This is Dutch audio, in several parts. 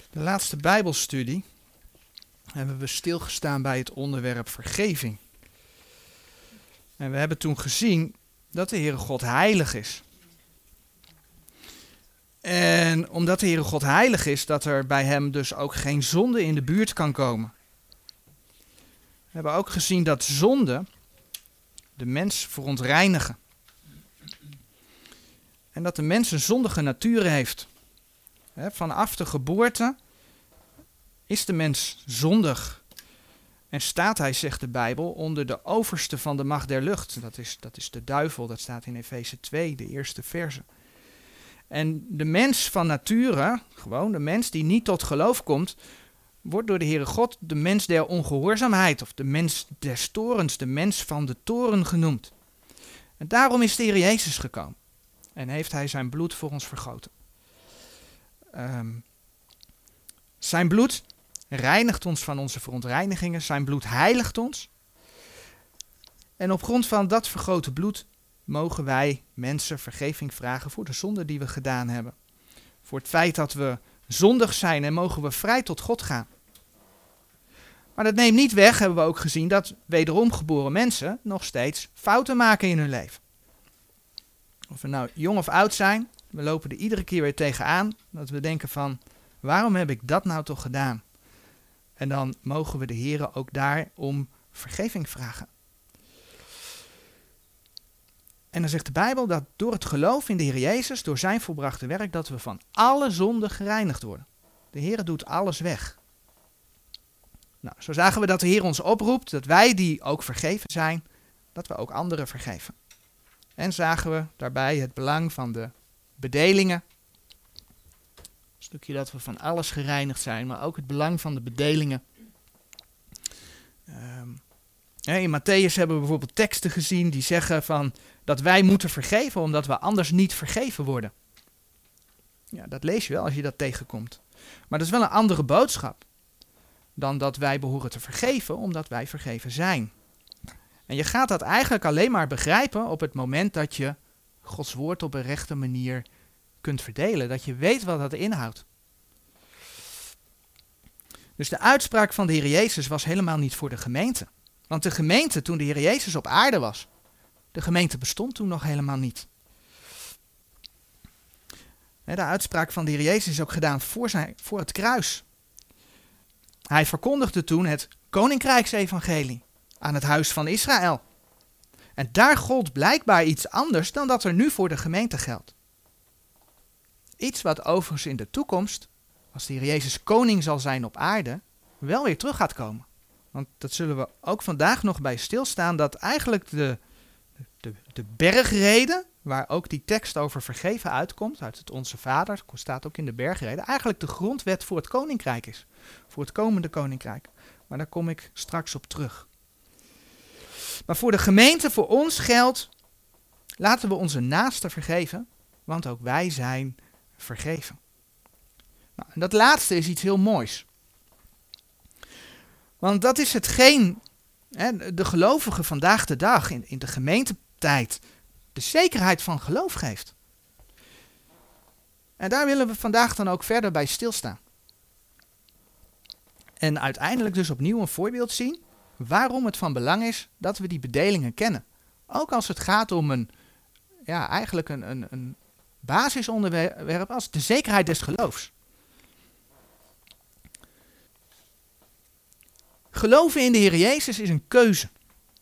De laatste Bijbelstudie hebben we stilgestaan bij het onderwerp vergeving. En we hebben toen gezien dat de Heere God heilig is. En omdat de Heere God heilig is, dat er bij hem dus ook geen zonde in de buurt kan komen. We hebben ook gezien dat zonde de mens verontreinigen. En dat de mens een zondige natuur heeft. Vanaf de geboorte is de mens zondig. En staat hij, zegt de Bijbel, onder de overste van de macht der lucht. Dat is de duivel, dat staat in Efeze 2, de eerste verse. En de mens van nature, gewoon de mens die niet tot geloof komt, wordt door de Heere God de mens der ongehoorzaamheid, of de mens des torens, de mens van de toren genoemd. En daarom is de Heer Jezus gekomen. En heeft hij zijn bloed voor ons vergoten. Zijn bloed reinigt ons van onze verontreinigingen. Zijn bloed heiligt ons. En op grond van dat vergoten bloed mogen wij mensen vergeving vragen voor de zonde die we gedaan hebben. Voor het feit dat we zondig zijn en mogen we vrij tot God gaan. Maar dat neemt niet weg, hebben we ook gezien, dat wederom geboren mensen nog steeds fouten maken in hun leven. Of we nou jong of oud zijn, we lopen er iedere keer weer tegenaan. Dat we denken van, waarom heb ik dat nou toch gedaan? En dan mogen we de Heere ook daar om vergeving vragen. En dan zegt de Bijbel dat door het geloof in de Heer Jezus, door zijn volbrachte werk, dat we van alle zonden gereinigd worden. De Heere doet alles weg. Nou, zo zagen we dat de Heer ons oproept, dat wij die ook vergeven zijn, dat we ook anderen vergeven. En zagen we daarbij het belang van de bedelingen. Een stukje dat we van alles gereinigd zijn, maar ook het belang van de bedelingen. In Matthäus hebben we bijvoorbeeld teksten gezien die zeggen van dat wij moeten vergeven omdat we anders niet vergeven worden. Ja, dat lees je wel als je dat tegenkomt. Maar dat is wel een andere boodschap dan dat wij behoren te vergeven omdat wij vergeven zijn. En je gaat dat eigenlijk alleen maar begrijpen op het moment dat je Gods woord op een rechte manier kunt verdelen. Dat je weet wat dat inhoudt. Dus de uitspraak van de Heer Jezus was helemaal niet voor de gemeente. Want de gemeente, toen de Heer Jezus op aarde was, de gemeente bestond toen nog helemaal niet. De uitspraak van de Heer Jezus is ook gedaan voor het kruis. Hij verkondigde toen het Koninkrijksevangelie aan het huis van Israël. En daar gold blijkbaar iets anders dan dat er nu voor de gemeente geldt. Iets wat overigens in de toekomst, als de Heer Jezus koning zal zijn op aarde, wel weer terug gaat komen. Want dat zullen we ook vandaag nog bij stilstaan, dat eigenlijk de bergrede, waar ook die tekst over vergeven uitkomt, uit het Onze Vader, staat ook in de bergrede, eigenlijk de grondwet voor het koninkrijk is. Voor het komende koninkrijk. Maar daar kom ik straks op terug. Maar voor de gemeente, voor ons geldt, laten we onze naasten vergeven, want ook wij zijn vergeven. Nou, en dat laatste is iets heel moois. Want dat is hetgeen de gelovigen vandaag de dag in de gemeentetijd de zekerheid van geloof geeft. En daar willen we vandaag dan ook verder bij stilstaan. En uiteindelijk dus opnieuw een voorbeeld zien waarom het van belang is dat we die bedelingen kennen. Ook als het gaat om een basisonderwerp als de zekerheid des geloofs. Geloven in de Heer Jezus is een keuze.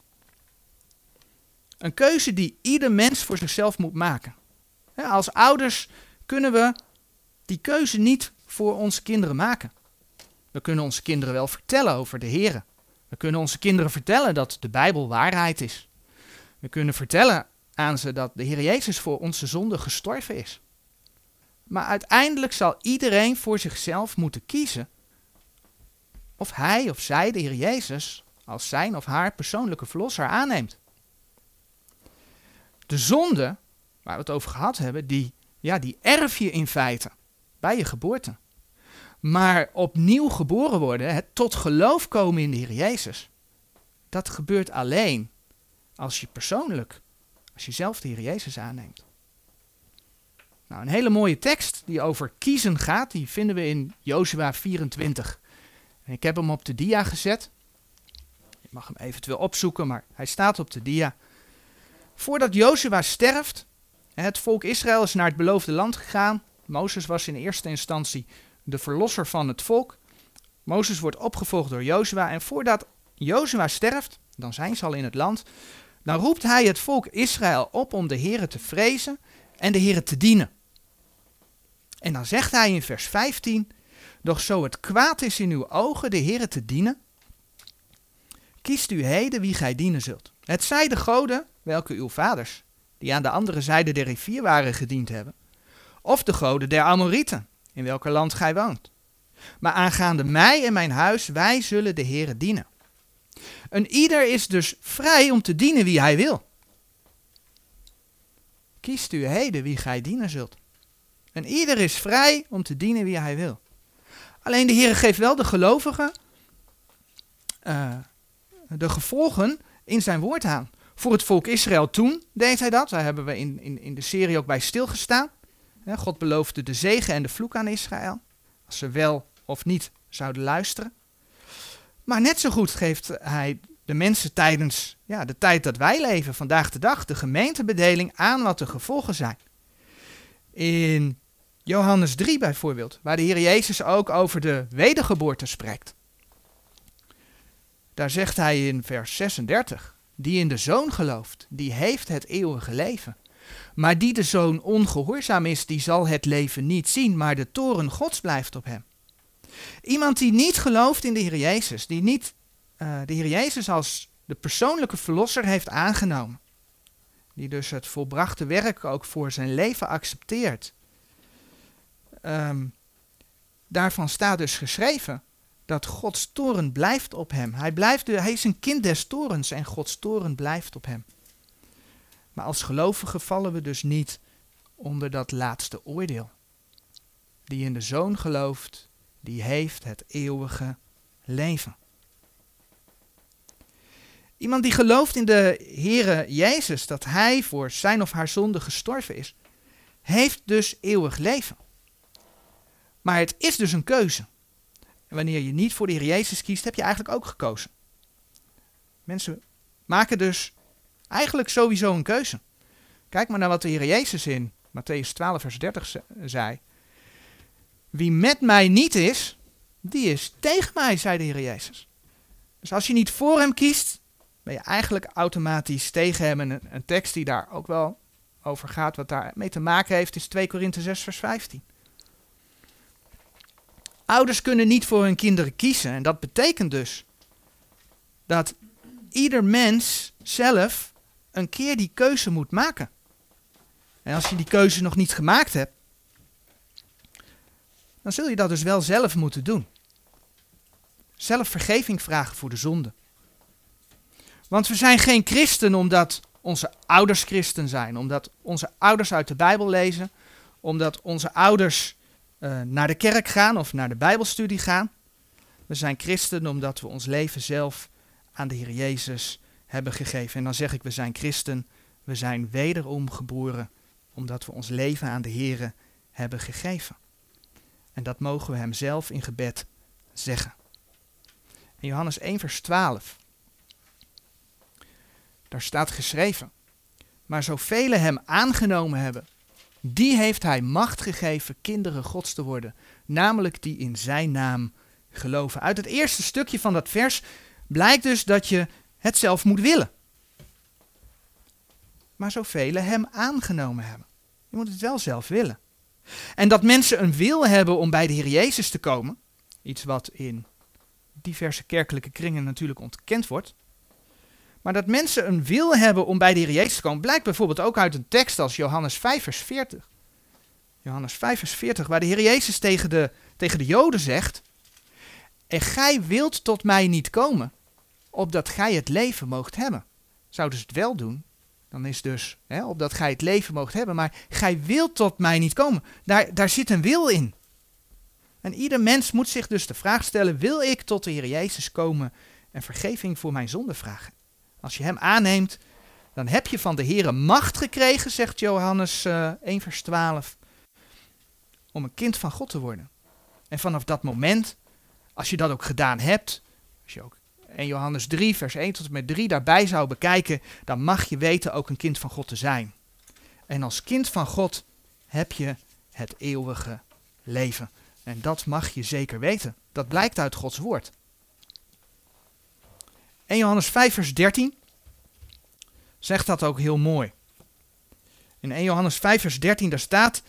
Een keuze die ieder mens voor zichzelf moet maken. Als ouders kunnen we die keuze niet voor onze kinderen maken. We kunnen onze kinderen wel vertellen over de Heer. We kunnen onze kinderen vertellen dat de Bijbel waarheid is. We kunnen vertellen aan ze dat de Heer Jezus voor onze zonde gestorven is. Maar uiteindelijk zal iedereen voor zichzelf moeten kiezen of hij of zij de Heer Jezus als zijn of haar persoonlijke verlosser aanneemt. De zonde, waar we het over gehad hebben, die erf je in feite bij je geboorte. Maar opnieuw geboren worden, het tot geloof komen in de Heer Jezus, dat gebeurt alleen als je zelf de Heer Jezus aanneemt. Nou, een hele mooie tekst die over kiezen gaat, die vinden we in Jozua 24. En ik heb hem op de dia gezet. Je mag hem eventueel opzoeken, maar hij staat op de dia. Voordat Jozua sterft, het volk Israël is naar het beloofde land gegaan. Mozes was in eerste instantie de verlosser van het volk. Mozes wordt opgevolgd door Jozua en voordat Jozua sterft, dan zijn ze al in het land, dan roept hij het volk Israël op om de Here te vrezen en de Here te dienen. En dan zegt hij in vers 15, doch zo het kwaad is in uw ogen de Here te dienen, kiest u heden wie gij dienen zult. Het zij de goden, welke uw vaders, die aan de andere zijde der rivier waren, gediend hebben, of de goden der Amorieten, in welker land gij woont. Maar aangaande mij en mijn huis, wij zullen de Here dienen. Een ieder is dus vrij om te dienen wie hij wil. Kiest u heden wie gij dienen zult. En ieder is vrij om te dienen wie hij wil. Alleen de Heer geeft wel de gelovigen de gevolgen in zijn woord aan. Voor het volk Israël toen deed hij dat. Daar hebben we in de serie ook bij stilgestaan. God beloofde de zegen en de vloek aan Israël. Als ze wel of niet zouden luisteren. Maar net zo goed geeft hij de mensen tijdens de tijd dat wij leven, vandaag de dag, de gemeentebedeling aan wat de gevolgen zijn. In Johannes 3 bijvoorbeeld, waar de Heer Jezus ook over de wedergeboorte spreekt. Daar zegt hij in vers 36, die in de Zoon gelooft, die heeft het eeuwige leven. Maar die de Zoon ongehoorzaam is, die zal het leven niet zien, maar de toorn Gods blijft op hem. Iemand die niet gelooft in de Heer Jezus, die niet de Heer Jezus als de persoonlijke verlosser heeft aangenomen, die dus het volbrachte werk ook voor zijn leven accepteert. Daarvan staat dus geschreven dat Gods toorn blijft op hem. Hij is een kind des toorns en Gods toorn blijft op hem. Maar als gelovigen vallen we dus niet onder dat laatste oordeel. Die in de Zoon gelooft, die heeft het eeuwige leven. Iemand die gelooft in de Heere Jezus, dat hij voor zijn of haar zonde gestorven is, heeft dus eeuwig leven. Maar het is dus een keuze. En wanneer je niet voor de Heer Jezus kiest, heb je eigenlijk ook gekozen. Mensen maken dus eigenlijk sowieso een keuze. Kijk maar naar wat de Heer Jezus in Mattheüs 12 vers 30 zei. Wie met mij niet is, die is tegen mij, zei de Heer Jezus. Dus als je niet voor hem kiest, ben je eigenlijk automatisch tegen hem. En een tekst die daar ook wel over gaat, wat daarmee te maken heeft, is 2 Korinthe 6 vers 15. Ouders kunnen niet voor hun kinderen kiezen. En dat betekent dus dat ieder mens zelf een keer die keuze moet maken. En als je die keuze nog niet gemaakt hebt, dan zul je dat dus wel zelf moeten doen. Zelf vergeving vragen voor de zonde. Want we zijn geen christen omdat onze ouders christen zijn. Omdat onze ouders uit de Bijbel lezen. Omdat onze ouders naar de kerk gaan of naar de Bijbelstudie gaan. We zijn christen omdat we ons leven zelf aan de Heer Jezus hebben gegeven. En dan zeg ik, we zijn christen, we zijn wederom geboren omdat we ons leven aan de Heer hebben gegeven. En dat mogen we hem zelf in gebed zeggen. In Johannes 1 vers 12, daar staat geschreven, maar zoveel hem aangenomen hebben, die heeft hij macht gegeven kinderen Gods te worden, namelijk die in zijn naam geloven. Uit het eerste stukje van dat vers blijkt dus dat je het zelf moet willen. Maar zoveel hem aangenomen hebben. Je moet het wel zelf willen. En dat mensen een wil hebben om bij de Heer Jezus te komen, iets wat in diverse kerkelijke kringen natuurlijk ontkend wordt, maar dat mensen een wil hebben om bij de Heer Jezus te komen, blijkt bijvoorbeeld ook uit een tekst als Johannes 5 vers 40. Johannes 5 vers 40, waar de Heer Jezus tegen de Joden zegt, en gij wilt tot mij niet komen, opdat gij het leven moogt hebben. Zouden ze het wel doen, dan is dus, opdat gij het leven moogt hebben, maar gij wilt tot mij niet komen. Daar zit een wil in. En ieder mens moet zich dus de vraag stellen, wil ik tot de Heer Jezus komen en vergeving voor mijn zonde vragen? Als je hem aanneemt, dan heb je van de Heere macht gekregen, zegt Johannes 1 vers 12, om een kind van God te worden. En vanaf dat moment, als je dat ook gedaan hebt, als je ook 1 Johannes 3 vers 1 tot en met 3 daarbij zou bekijken, dan mag je weten ook een kind van God te zijn. En als kind van God heb je het eeuwige leven. En dat mag je zeker weten. Dat blijkt uit Gods woord. 1 Johannes 5 vers 13 zegt dat ook heel mooi. In 1 Johannes 5 vers 13 daar staat: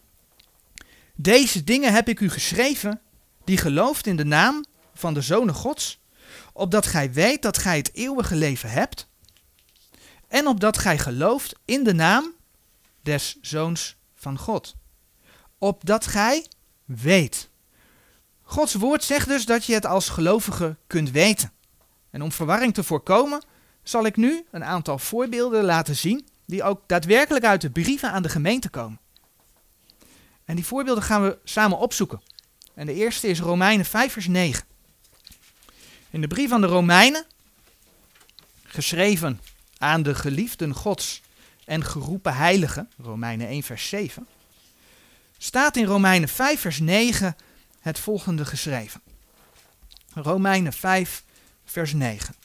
deze dingen heb ik u geschreven, die gelooft in de naam van de Zonen Gods, opdat gij weet dat gij het eeuwige leven hebt, en opdat gij gelooft in de naam des Zoons van God. Opdat gij weet. Gods woord zegt dus dat je het als gelovige kunt weten. En om verwarring te voorkomen, zal ik nu een aantal voorbeelden laten zien, die ook daadwerkelijk uit de brieven aan de gemeente komen. En die voorbeelden gaan we samen opzoeken. En de eerste is Romeinen 5 vers 9. In de brief aan de Romeinen, geschreven aan de geliefden Gods en geroepen heiligen, Romeinen 1 vers 7, staat in Romeinen 5 vers 9 het volgende geschreven. Romeinen 5 vers 9.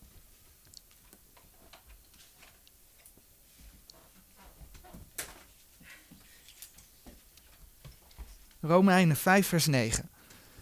Romeinen 5 vers 9.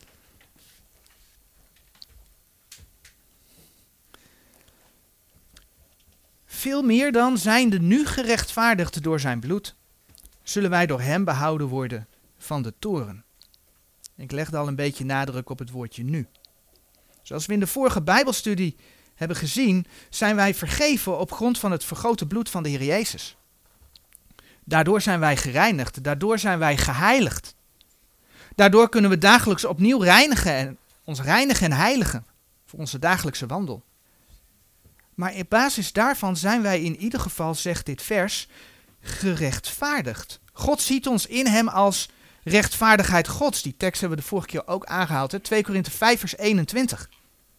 Veel meer dan zijnde nu gerechtvaardigd door zijn bloed, zullen wij door hem behouden worden van de toorn. Ik legde al een beetje nadruk op het woordje nu. Zoals we in de vorige Bijbelstudie hebben gezien, zijn wij vergeven op grond van het vergoten bloed van de Heer Jezus. Daardoor zijn wij gereinigd, daardoor zijn wij geheiligd. Daardoor kunnen we dagelijks opnieuw ons reinigen en heiligen voor onze dagelijkse wandel. Maar op basis daarvan zijn wij in ieder geval, zegt dit vers, gerechtvaardigd. God ziet ons in hem als rechtvaardigheid Gods. Die tekst hebben we de vorige keer ook aangehaald. 2 Korinthe 5 vers 21.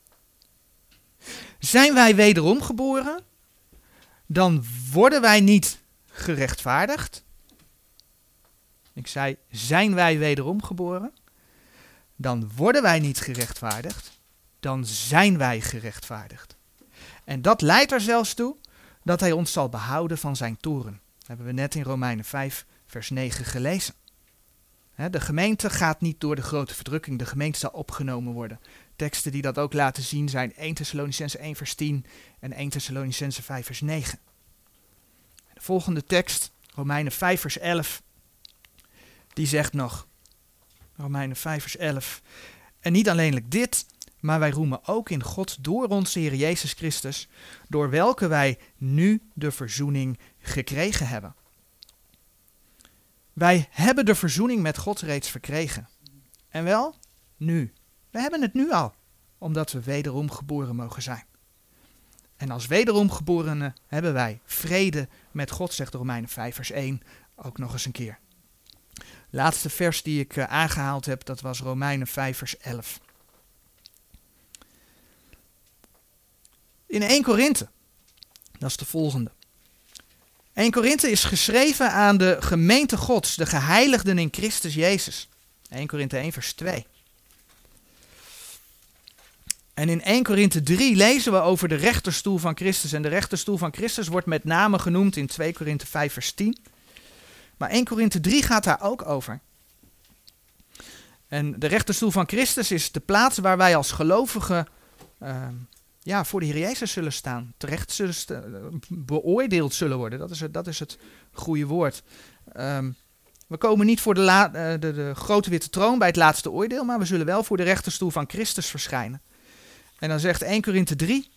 Zijn wij wederom geboren, dan worden wij niet gerechtvaardigd. Ik zei, zijn wij wederom geboren, dan worden wij niet gerechtvaardigd, dan zijn wij gerechtvaardigd. En dat leidt er zelfs toe dat hij ons zal behouden van zijn toorn. Dat hebben we net in Romeinen 5 vers 9 gelezen. De gemeente gaat niet door de grote verdrukking, de gemeente zal opgenomen worden. Teksten die dat ook laten zien zijn 1 Thessalonicenzen 1 vers 10 en 1 Thessalonicenzen 5 vers 9. De volgende tekst, Romeinen 5 vers 11, die zegt nog, Romeinen 5 vers 11, en niet alleenlijk dit, maar wij roemen ook in God door onze Heer Jezus Christus, door welke wij nu de verzoening gekregen hebben. Wij hebben de verzoening met God reeds verkregen. En wel, nu. We hebben het nu al, omdat we wederom geboren mogen zijn. En als wederom geborenen hebben wij vrede met God, zegt Romeinen 5 vers 1 ook nog eens een keer. Laatste vers die ik aangehaald heb, dat was Romeinen 5 vers 11. In 1 Korinthe, dat is de volgende. 1 Korinthe is geschreven aan de gemeente Gods, de geheiligden in Christus Jezus. 1 Korinthe 1 vers 2. En in 1 Korinthe 3 lezen we over de rechterstoel van Christus. En de rechterstoel van Christus wordt met name genoemd in 2 Korinthe 5 vers 10. Maar 1 Korinthe 3 gaat daar ook over. En de rechterstoel van Christus is de plaats waar wij als gelovigen voor de Heer Jezus zullen staan. Terecht zullen beoordeeld zullen worden. Dat is het goede woord. We komen niet voor de grote witte troon bij het laatste oordeel, maar we zullen wel voor de rechterstoel van Christus verschijnen. En dan zegt 1 Korinthe 3,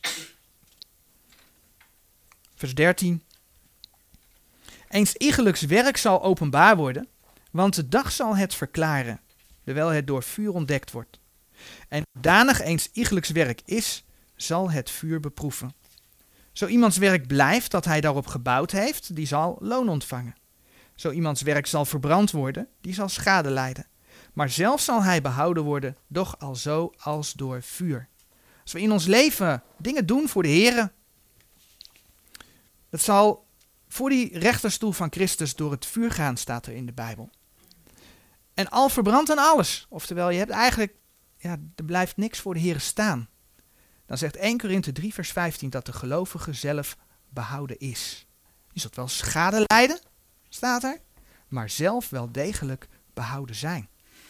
vers 13. Eens iegelijks werk zal openbaar worden, want de dag zal het verklaren, terwijl het door vuur ontdekt wordt. En danig eens iegelijks werk is, zal het vuur beproeven. Zo iemands werk blijft dat hij daarop gebouwd heeft, die zal loon ontvangen. Zo iemands werk zal verbrand worden, die zal schade lijden. Maar zelf zal hij behouden worden, doch alzo als door vuur. Als we in ons leven dingen doen voor de Heere, dat zal voor die rechterstoel van Christus door het vuur gaan, staat er in de Bijbel. En al verbrandt aan alles. Oftewel, je hebt eigenlijk, er blijft niks voor de Heere staan. Dan zegt 1 Korinthe 3 vers 15 dat de gelovige zelf behouden is. Je zult wel schade lijden, staat er, maar zelf wel degelijk behouden zijn.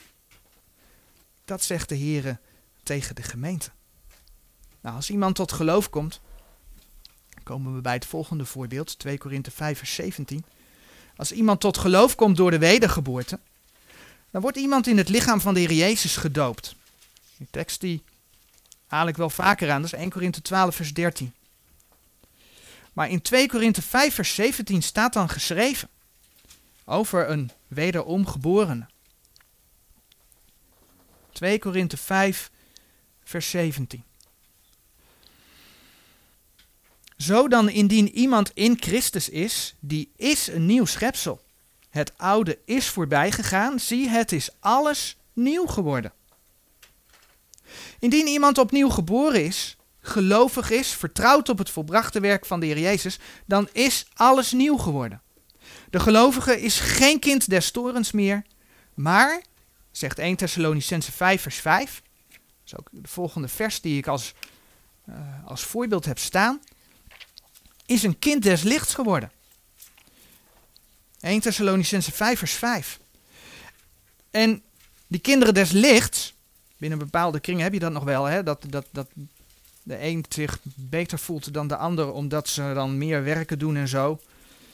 Dat zegt de Heere tegen de gemeente. Nou, als iemand tot geloof komt, komen we bij het volgende voorbeeld, 2 Korinthe 5 vers 17. Als iemand tot geloof komt door de wedergeboorte, dan wordt iemand in het lichaam van de Heer Jezus gedoopt. Die tekst die haal ik wel vaker aan, dat is 1 Korinthe 12 vers 13. Maar in 2 Korinthe 5 vers 17 staat dan geschreven over een wederom geborene. 2 Korinthe 5 vers 17. Zo dan indien iemand in Christus is, die is een nieuw schepsel. Het oude is voorbij gegaan, zie het is alles nieuw geworden. Indien iemand opnieuw geboren is, gelovig is, vertrouwt op het volbrachte werk van de Heer Jezus, dan is alles nieuw geworden. De gelovige is geen kind des torens meer, maar, zegt 1 Thessalonicenzen 5 vers 5, dat is ook de volgende vers die ik als voorbeeld heb staan, is een kind des lichts geworden. 1 Thessalonicenzen 5 vers 5. En die kinderen des lichts, binnen bepaalde kringen heb je dat nog wel, hè? Dat de een zich beter voelt dan de ander, omdat ze dan meer werken doen en zo.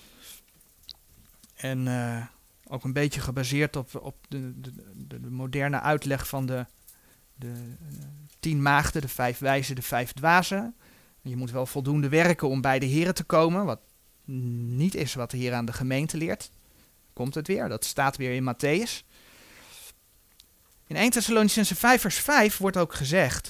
En ook een beetje gebaseerd op de moderne uitleg van de 10 maagden, de 5 wijzen, de 5 dwazen. Je moet wel voldoende werken om bij de Here te komen, wat niet is wat de Heer aan de gemeente leert. Komt het weer, dat staat weer in Matthäus. In 1 Thessalonicenzen 5 vers 5 wordt ook gezegd,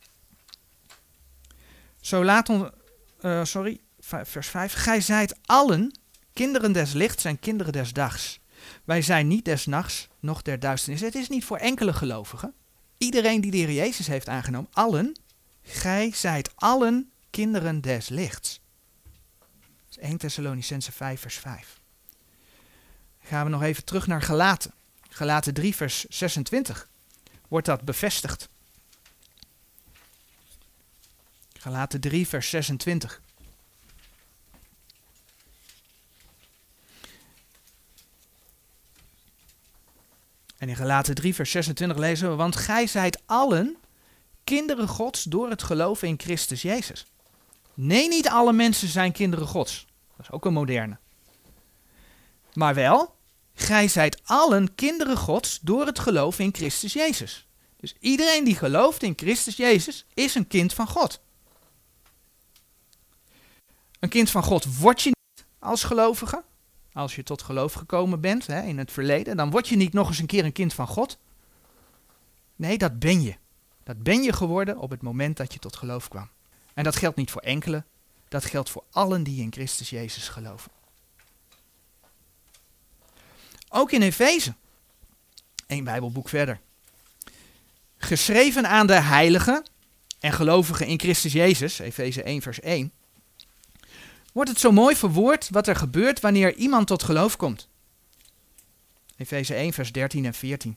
vers 5, gij zijt allen kinderen des lichts en kinderen des dags. Wij zijn niet des nachts, noch der duisternis. Het is niet voor enkele gelovigen. Iedereen die de Heer Jezus heeft aangenomen, allen, gij zijt allen kinderen des lichts. Dat is 1 Thessalonicenzen 5 vers 5. Dan gaan we nog even terug naar Galaten. Galaten 3 vers 26 wordt dat bevestigd. Galaten 3 vers 26. En in Galaten 3 vers 26 lezen we, want gij zijt allen kinderen Gods door het geloven in Christus Jezus. Nee, niet alle mensen zijn kinderen Gods. Dat is ook een moderne. Maar wel, gij zijt allen kinderen Gods door het geloven in Christus Jezus. Dus iedereen die gelooft in Christus Jezus is een kind van God. Een kind van God word je niet als gelovige. Als je tot geloof gekomen bent in het verleden, dan word je niet nog eens een keer een kind van God. Nee, dat ben je. Dat ben je geworden op het moment dat je tot geloof kwam. En dat geldt niet voor enkele, dat geldt voor allen die in Christus Jezus geloven. Ook in Efeze, 1 Bijbelboek verder. Geschreven aan de heiligen en gelovigen in Christus Jezus, Efeze 1 vers 1, wordt het zo mooi verwoord wat er gebeurt wanneer iemand tot geloof komt. Efeze 1 vers 13 en 14.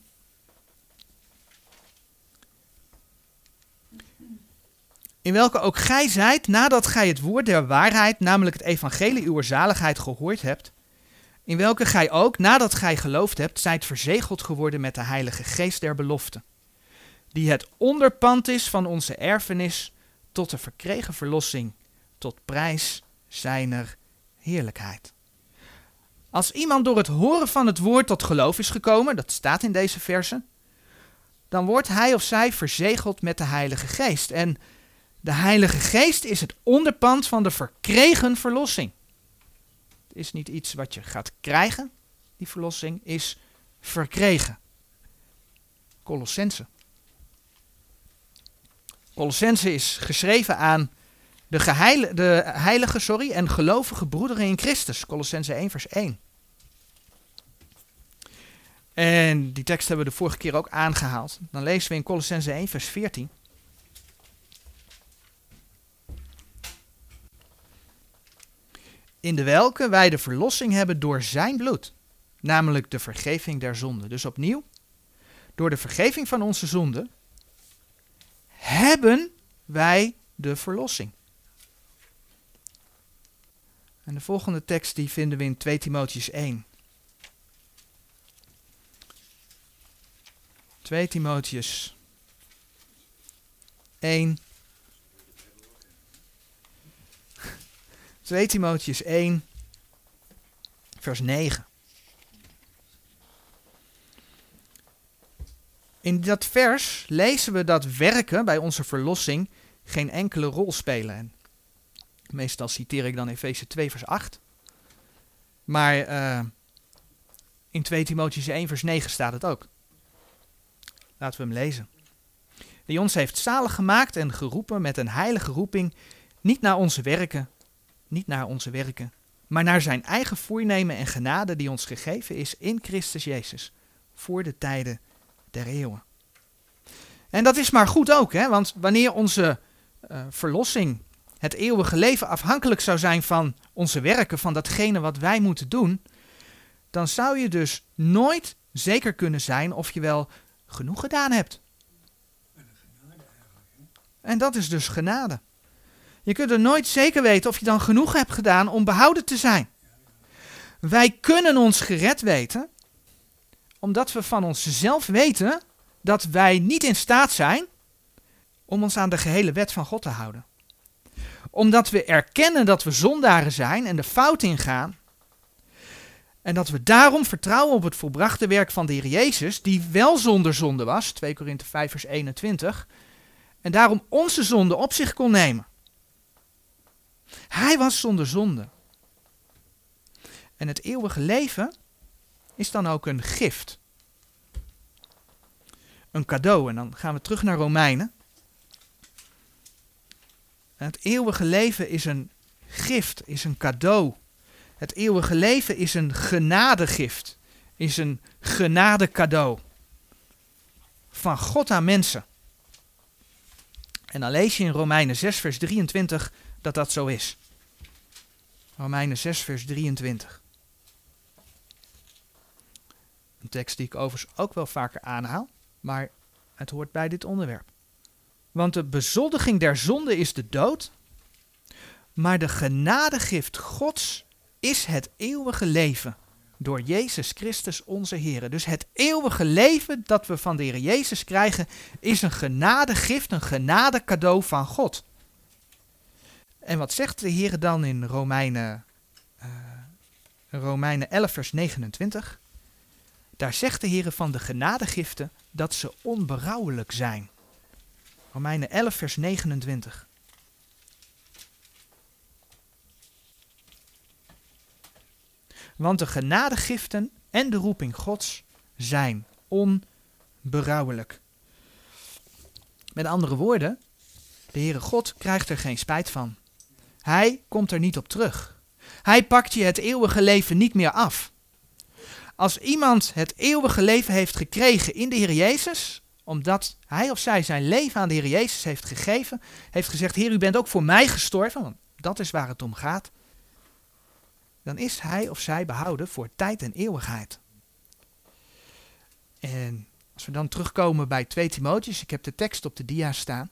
In welke ook gij zijt, nadat gij het woord der waarheid, namelijk het evangelie uwer zaligheid gehoord hebt, in welke gij ook, nadat gij geloofd hebt, zijt verzegeld geworden met de Heilige Geest der belofte, die het onderpand is van onze erfenis tot de verkregen verlossing, tot prijs zijner heerlijkheid. Als iemand door het horen van het woord tot geloof is gekomen, dat staat in deze versen, dan wordt hij of zij verzegeld met de Heilige Geest. En de Heilige Geest is het onderpand van de verkregen verlossing. Het is niet iets wat je gaat krijgen, die verlossing is verkregen. Colossense. Colossense is geschreven aan de heilige en gelovige broederen in Christus. Colossense 1 vers 1. En die tekst hebben we de vorige keer ook aangehaald. Dan lezen we in Colossense 1 vers 14. In de welke wij de verlossing hebben door zijn bloed, namelijk de vergeving der zonden. Dus opnieuw, door de vergeving van onze zonden, hebben wij de verlossing. En de volgende tekst die vinden we in 2 Timotheüs 1. 2 Timotheüs 1. 2 Timotheüs 1, vers 9. In dat vers lezen we dat werken bij onze verlossing geen enkele rol spelen. En meestal citeer ik dan Efeze 2 vers 8. Maar in 2 Timotheüs 1 vers 9 staat het ook. Laten we hem lezen. Die ons heeft zalig gemaakt en geroepen met een heilige roeping, niet naar onze werken, maar naar zijn eigen voornemen en genade die ons gegeven is in Christus Jezus, voor de tijden der eeuwen. En dat is maar goed ook, hè? Want wanneer onze verlossing, het eeuwige leven afhankelijk zou zijn van onze werken, van datgene wat wij moeten doen, dan zou je dus nooit zeker kunnen zijn of je wel genoeg gedaan hebt. En dat is dus genade. Je kunt er nooit zeker weten of je dan genoeg hebt gedaan om behouden te zijn. Wij kunnen ons gered weten, omdat we van onszelf weten dat wij niet in staat zijn om ons aan de gehele wet van God te houden. Omdat we erkennen dat we zondaren zijn en de fout ingaan. En dat we daarom vertrouwen op het volbrachte werk van de Heer Jezus, die wel zonder zonde was, 2 Korinthe 5 vers 21, en daarom onze zonde op zich kon nemen. Hij was zonder zonde. En het eeuwige leven is dan ook een gift. Een cadeau. En dan gaan we terug naar Romeinen. En het eeuwige leven is een gift, is een cadeau. Het eeuwige leven is een genadegift, is een genadecadeau. Van God aan mensen. En dan lees je in Romeinen 6 vers 23 dat dat zo is. Romeinen 6 vers 23. Een tekst die ik overigens ook wel vaker aanhaal, maar het hoort bij dit onderwerp. Want de bezoldiging der zonde is de dood, maar de genadegift Gods is het eeuwige leven door Jezus Christus onze Heer. Dus het eeuwige leven dat we van de Heer Jezus krijgen is een genadegift, een genadecadeau van God. En wat zegt de Heer dan in Romeinen 11 vers 29? Daar zegt de Heer van de genadegiften dat ze onberouwelijk zijn. Romeinen 11 vers 29. Want de genadegiften en de roeping Gods zijn onberouwelijk. Met andere woorden, de Heere God krijgt er geen spijt van. Hij komt er niet op terug. Hij pakt je het eeuwige leven niet meer af. Als iemand het eeuwige leven heeft gekregen in de Heer Jezus, omdat hij of zij zijn leven aan de Heer Jezus heeft gegeven, heeft gezegd, Heer, u bent ook voor mij gestorven, want dat is waar het om gaat, dan is hij of zij behouden voor tijd en eeuwigheid. En als we dan terugkomen bij 2 Timotheüs, ik heb de tekst op de dia staan.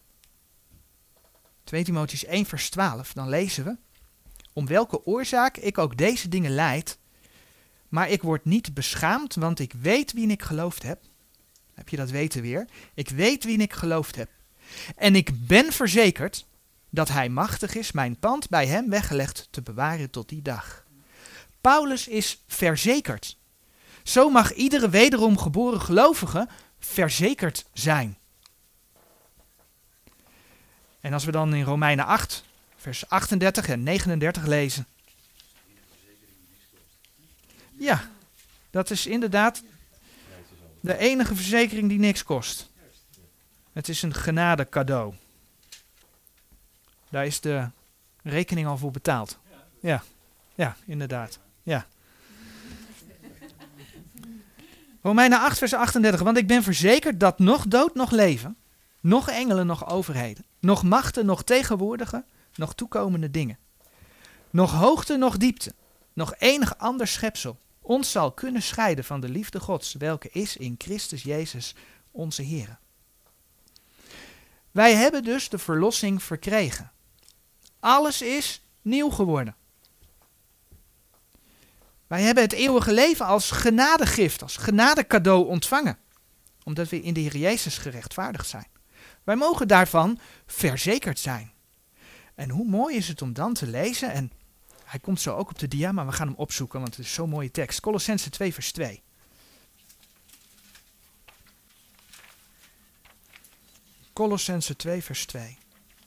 2 Timotheüs 1 vers 12, dan lezen we, om welke oorzaak ik ook deze dingen lijd, maar ik word niet beschaamd, want ik weet wie ik geloofd heb. Heb je dat weten weer? Ik weet wie ik geloofd heb. En ik ben verzekerd dat hij machtig is mijn pand bij hem weggelegd te bewaren tot die dag. Paulus is verzekerd. Zo mag iedere wederom geboren gelovige verzekerd zijn. En als we dan in Romeinen 8, vers 38 en 39 lezen. Ja, dat is inderdaad de enige verzekering die niks kost. Het is een genade cadeau. Daar is de rekening al voor betaald. Ja, inderdaad. Ja. Romeinen 8 vers 38. Want ik ben verzekerd dat nog dood, nog leven, nog engelen, nog overheden, nog machten, nog tegenwoordige, nog toekomende dingen, nog hoogte, nog diepte, nog enig ander schepsel ons zal kunnen scheiden van de liefde Gods, welke is in Christus Jezus onze Heer. Wij hebben dus de verlossing verkregen. Alles is nieuw geworden. Wij hebben het eeuwige leven als genadegift, als genadecadeau ontvangen. Omdat we in de Heer Jezus gerechtvaardigd zijn. Wij mogen daarvan verzekerd zijn. En hoe mooi is het om dan te lezen, en hij komt zo ook op de dia, maar we gaan hem opzoeken, want het is zo'n mooie tekst. Kolossenzen 2 vers 2. Kolossenzen 2 vers 2.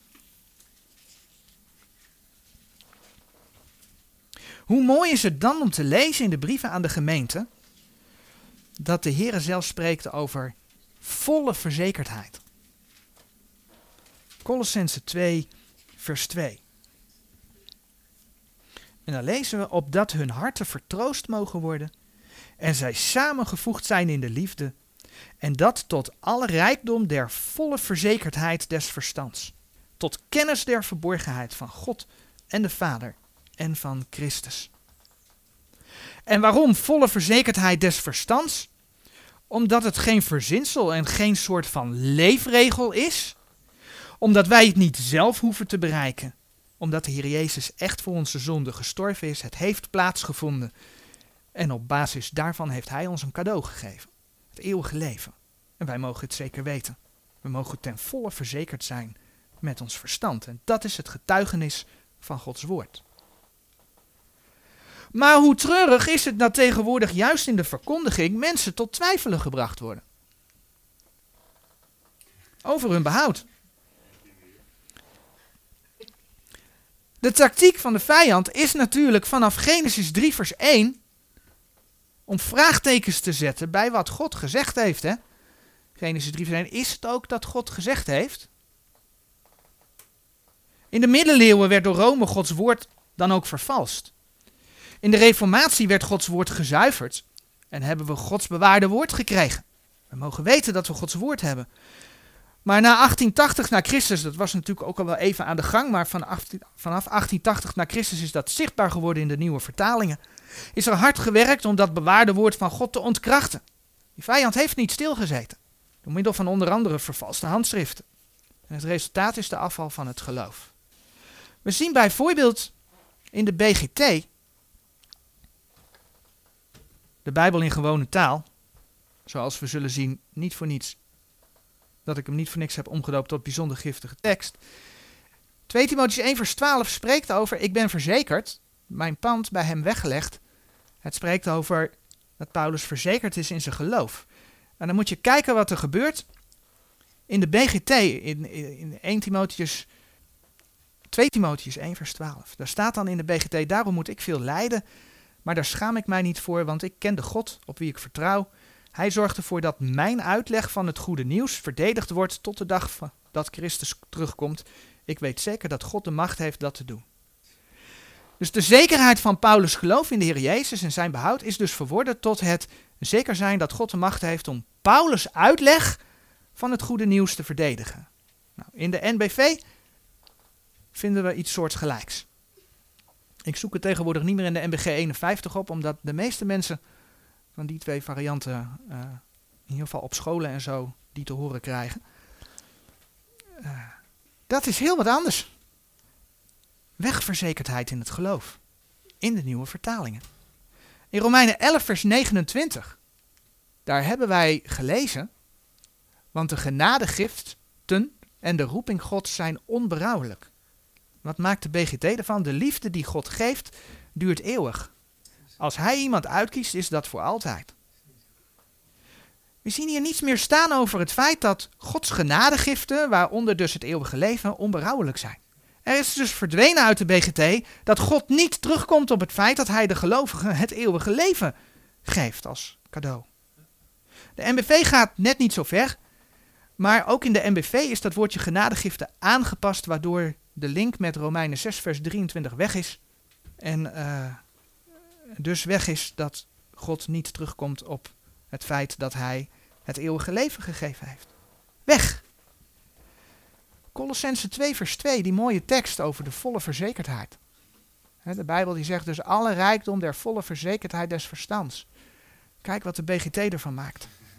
Hoe mooi is het dan om te lezen in de brieven aan de gemeente, dat de Heere zelf spreekt over volle verzekerdheid. Kolossenzen 2 vers 2. En dan lezen we, opdat hun harten vertroost mogen worden en zij samengevoegd zijn in de liefde, en dat tot alle rijkdom der volle verzekerdheid des verstands, tot kennis der verborgenheid van God en de Vader en van Christus. En waarom volle verzekerdheid des verstands? Omdat het geen verzinsel en geen soort van leefregel is. Omdat wij het niet zelf hoeven te bereiken. Omdat de Heer Jezus echt voor onze zonde gestorven is. Het heeft plaatsgevonden. En op basis daarvan heeft Hij ons een cadeau gegeven. Het eeuwige leven. En wij mogen het zeker weten. We mogen ten volle verzekerd zijn met ons verstand. En dat is het getuigenis van Gods woord. Maar hoe treurig is het dat tegenwoordig juist in de verkondiging mensen tot twijfelen gebracht worden. Over hun behoud. De tactiek van de vijand is natuurlijk vanaf Genesis 3 vers 1 om vraagtekens te zetten bij wat God gezegd heeft. Hè? Genesis 3 vers 1, is het ook dat God gezegd heeft? In de middeleeuwen werd door Rome Gods woord dan ook vervalst. In de Reformatie werd Gods woord gezuiverd en hebben we Gods bewaarde woord gekregen. We mogen weten dat we Gods woord hebben. Maar na 1880 na Christus, dat was natuurlijk ook al wel even aan de gang, maar vanaf 1880 na Christus is dat zichtbaar geworden in de nieuwe vertalingen. Is er hard gewerkt om dat bewaarde woord van God te ontkrachten. Die vijand heeft niet stilgezeten, door middel van onder andere vervalste handschriften. En het resultaat is de afval van het geloof. We zien bijvoorbeeld in de BGT, de Bijbel in gewone taal, zoals we zullen zien, niet voor niets, dat ik hem niet voor niks heb omgedoopt tot bijzonder giftige tekst. 2 Timotheüs 1 vers 12 spreekt over, ik ben verzekerd, mijn pand bij hem weggelegd. Het spreekt over dat Paulus verzekerd is in zijn geloof. En dan moet je kijken wat er gebeurt in de BGT, in 1 Timotheüs, 2 Timotheüs 1 vers 12. Daar staat dan in de BGT, daarom moet ik veel lijden, maar daar schaam ik mij niet voor, want ik ken de God op wie ik vertrouw. Hij zorgt ervoor dat mijn uitleg van het goede nieuws verdedigd wordt tot de dag dat Christus terugkomt. Ik weet zeker dat God de macht heeft dat te doen. Dus de zekerheid van Paulus' geloof in de Heer Jezus en zijn behoud is dus verworden tot het zeker zijn dat God de macht heeft om Paulus' uitleg van het goede nieuws te verdedigen. Nou, in de NBV vinden we iets soortgelijks. Ik zoek het tegenwoordig niet meer in de NBG 51 op, omdat de meeste mensen van die twee varianten, in ieder geval op scholen en zo, die te horen krijgen. Dat is heel wat anders. Wegverzekerdheid in het geloof. In de nieuwe vertalingen. In Romeinen 11 vers 29. Daar hebben wij gelezen. Want de genadegiften en de roeping Gods zijn onberouwelijk. Wat maakt de BGT ervan? De liefde die God geeft duurt eeuwig. Als hij iemand uitkiest, is dat voor altijd. We zien hier niets meer staan over het feit dat Gods genadegiften, waaronder dus het eeuwige leven, onberouwelijk zijn. Er is dus verdwenen uit de BGT dat God niet terugkomt op het feit dat hij de gelovigen het eeuwige leven geeft als cadeau. De NBV gaat net niet zo ver, maar ook in de NBV is dat woordje genadegiften aangepast, waardoor de link met Romeinen 6 vers 23 weg is. En dus weg is dat God niet terugkomt op het feit dat hij het eeuwige leven gegeven heeft. Weg! Kolossenzen 2 vers 2, die mooie tekst over de volle verzekerdheid. De Bijbel die zegt dus alle rijkdom der volle verzekerdheid des verstands. Kijk wat de BGT ervan maakt.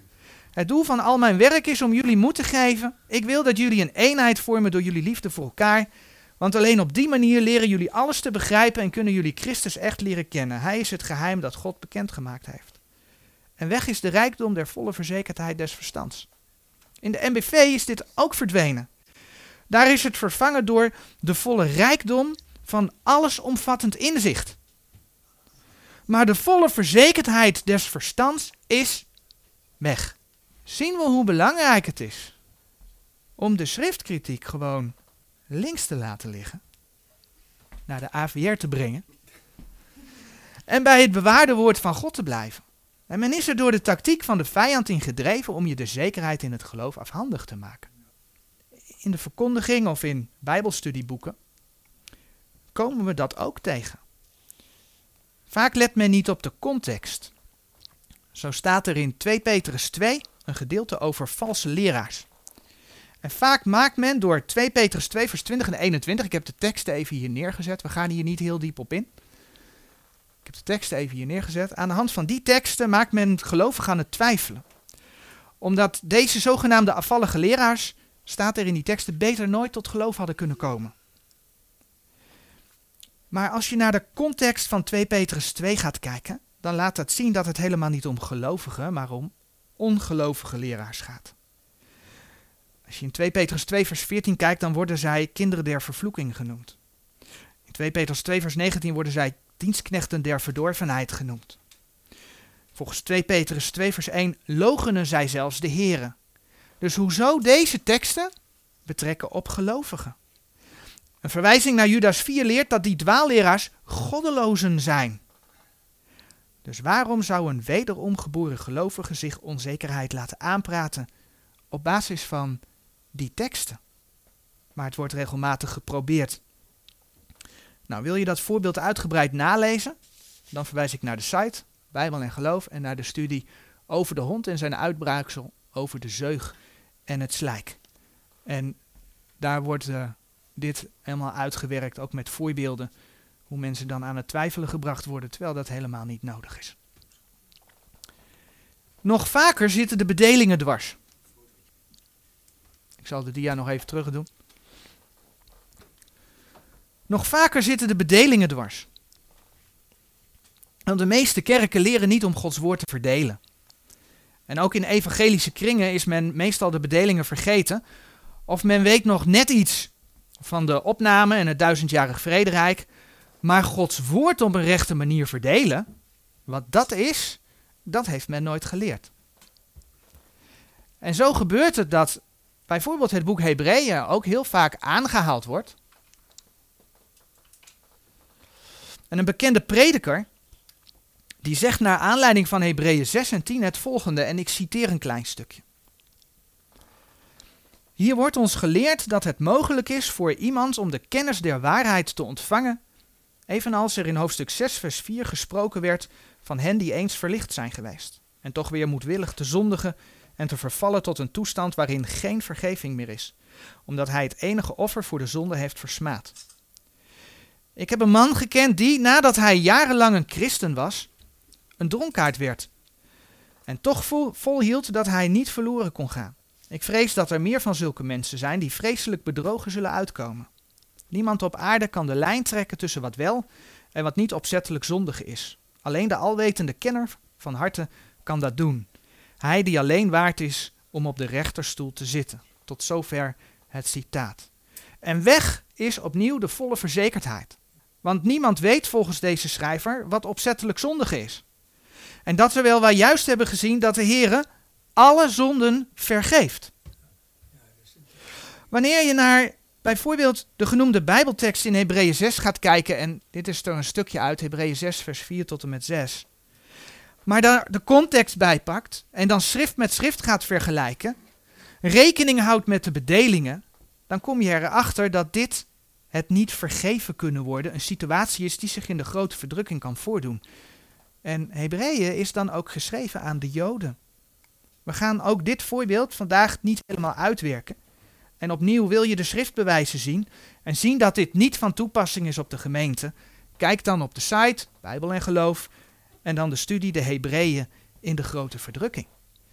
Het doel van al mijn werk is om jullie moed te geven. Ik wil dat jullie een eenheid vormen door jullie liefde voor elkaar. Want alleen op die manier leren jullie alles te begrijpen en kunnen jullie Christus echt leren kennen. Hij is het geheim dat God bekendgemaakt heeft. En weg is de rijkdom der volle verzekerdheid des verstands. In de NBV is dit ook verdwenen. Daar is het vervangen door de volle rijkdom van allesomvattend inzicht. Maar de volle verzekerdheid des verstands is weg. Zien we hoe belangrijk het is om de schriftkritiek gewoon links te laten liggen, naar de AVR te brengen en bij het bewaarde woord van God te blijven. En men is er door de tactiek van de vijand in gedreven om je de zekerheid in het geloof afhandig te maken. In de verkondiging of in bijbelstudieboeken komen we dat ook tegen. Vaak let men niet op de context. Zo staat er in 2 Petrus 2 een gedeelte over valse leraars. En vaak maakt men door 2 Petrus 2 vers 20 en 21, ik heb de teksten even hier neergezet, we gaan hier niet heel diep op in. Ik heb de teksten even hier neergezet. Aan de hand van die teksten maakt men gelovigen aan het twijfelen. Omdat deze zogenaamde afvallige leraars, staat er in die teksten, beter nooit tot geloof hadden kunnen komen. Maar als je naar de context van 2 Petrus 2 gaat kijken, dan laat dat zien dat het helemaal niet om gelovigen, maar om ongelovige leraars gaat. Als je in 2 Petrus 2 vers 14 kijkt, dan worden zij kinderen der vervloeking genoemd. In 2 Petrus 2 vers 19 worden zij dienstknechten der verdorvenheid genoemd. Volgens 2 Petrus 2 vers 1 loochenen zij zelfs de Here. Dus hoezo deze teksten betrekken op gelovigen? Een verwijzing naar Judas 4 leert dat die dwaalleraars goddelozen zijn. Dus waarom zou een wederom geboren gelovige zich onzekerheid laten aanpraten op basis van die teksten? Maar het wordt regelmatig geprobeerd. Nou, wil je dat voorbeeld uitgebreid nalezen? Dan verwijs ik naar de site, Bijbel en Geloof, en naar de studie over de hond en zijn uitbraaksel over de zeug en het slijk. En daar wordt dit helemaal uitgewerkt, ook met voorbeelden, hoe mensen dan aan het twijfelen gebracht worden, terwijl dat helemaal niet nodig is. Nog vaker zitten de bedelingen dwars. Ik zal de dia nog even terug doen. Nog vaker zitten de bedelingen dwars. Want de meeste kerken leren niet om Gods woord te verdelen. En ook in evangelische kringen is men meestal de bedelingen vergeten. Of men weet nog net iets van de opname en het 1000-jarig vrederijk. Maar Gods woord op een rechte manier verdelen, wat dat is, dat heeft men nooit geleerd. En zo gebeurt het dat bijvoorbeeld het boek Hebreeën ook heel vaak aangehaald wordt. En een bekende prediker, die zegt naar aanleiding van Hebreeën 6 en 10 het volgende, en ik citeer een klein stukje. Hier wordt ons geleerd dat het mogelijk is voor iemand om de kennis der waarheid te ontvangen, evenals er in hoofdstuk 6 vers 4 gesproken werd van hen die eens verlicht zijn geweest, en toch weer moedwillig te zondigen en te vervallen tot een toestand waarin geen vergeving meer is, omdat hij het enige offer voor de zonde heeft versmaad. Ik heb een man gekend die, nadat hij jarenlang een christen was, een dronkaard werd. En toch volhield dat hij niet verloren kon gaan. Ik vrees dat er meer van zulke mensen zijn die vreselijk bedrogen zullen uitkomen. Niemand op aarde kan de lijn trekken tussen wat wel en wat niet opzettelijk zondig is. Alleen de alwetende kenner van harte kan dat doen. Hij die alleen waard is om op de rechterstoel te zitten. Tot zover het citaat. En weg is opnieuw de volle verzekerdheid. Want niemand weet volgens deze schrijver wat opzettelijk zondig is. En dat terwijl wij juist hebben gezien dat de Heere alle zonden vergeeft. Wanneer je naar bijvoorbeeld de genoemde Bijbeltekst in Hebreeën 6 gaat kijken, en dit is er een stukje uit, Hebreeën 6 vers 4 tot en met 6, maar daar de context bij pakt en dan schrift met schrift gaat vergelijken, rekening houdt met de bedelingen, dan kom je erachter dat dit het niet vergeven kunnen worden een situatie is die zich in de grote verdrukking kan voordoen. En Hebreeën is dan ook geschreven aan de Joden. We gaan ook dit voorbeeld vandaag niet helemaal uitwerken. En opnieuw wil je de schriftbewijzen zien en zien dat dit niet van toepassing is op de gemeente. Kijk dan op de site, Bijbel en Geloof, en dan de studie de Hebreeën in de grote verdrukking.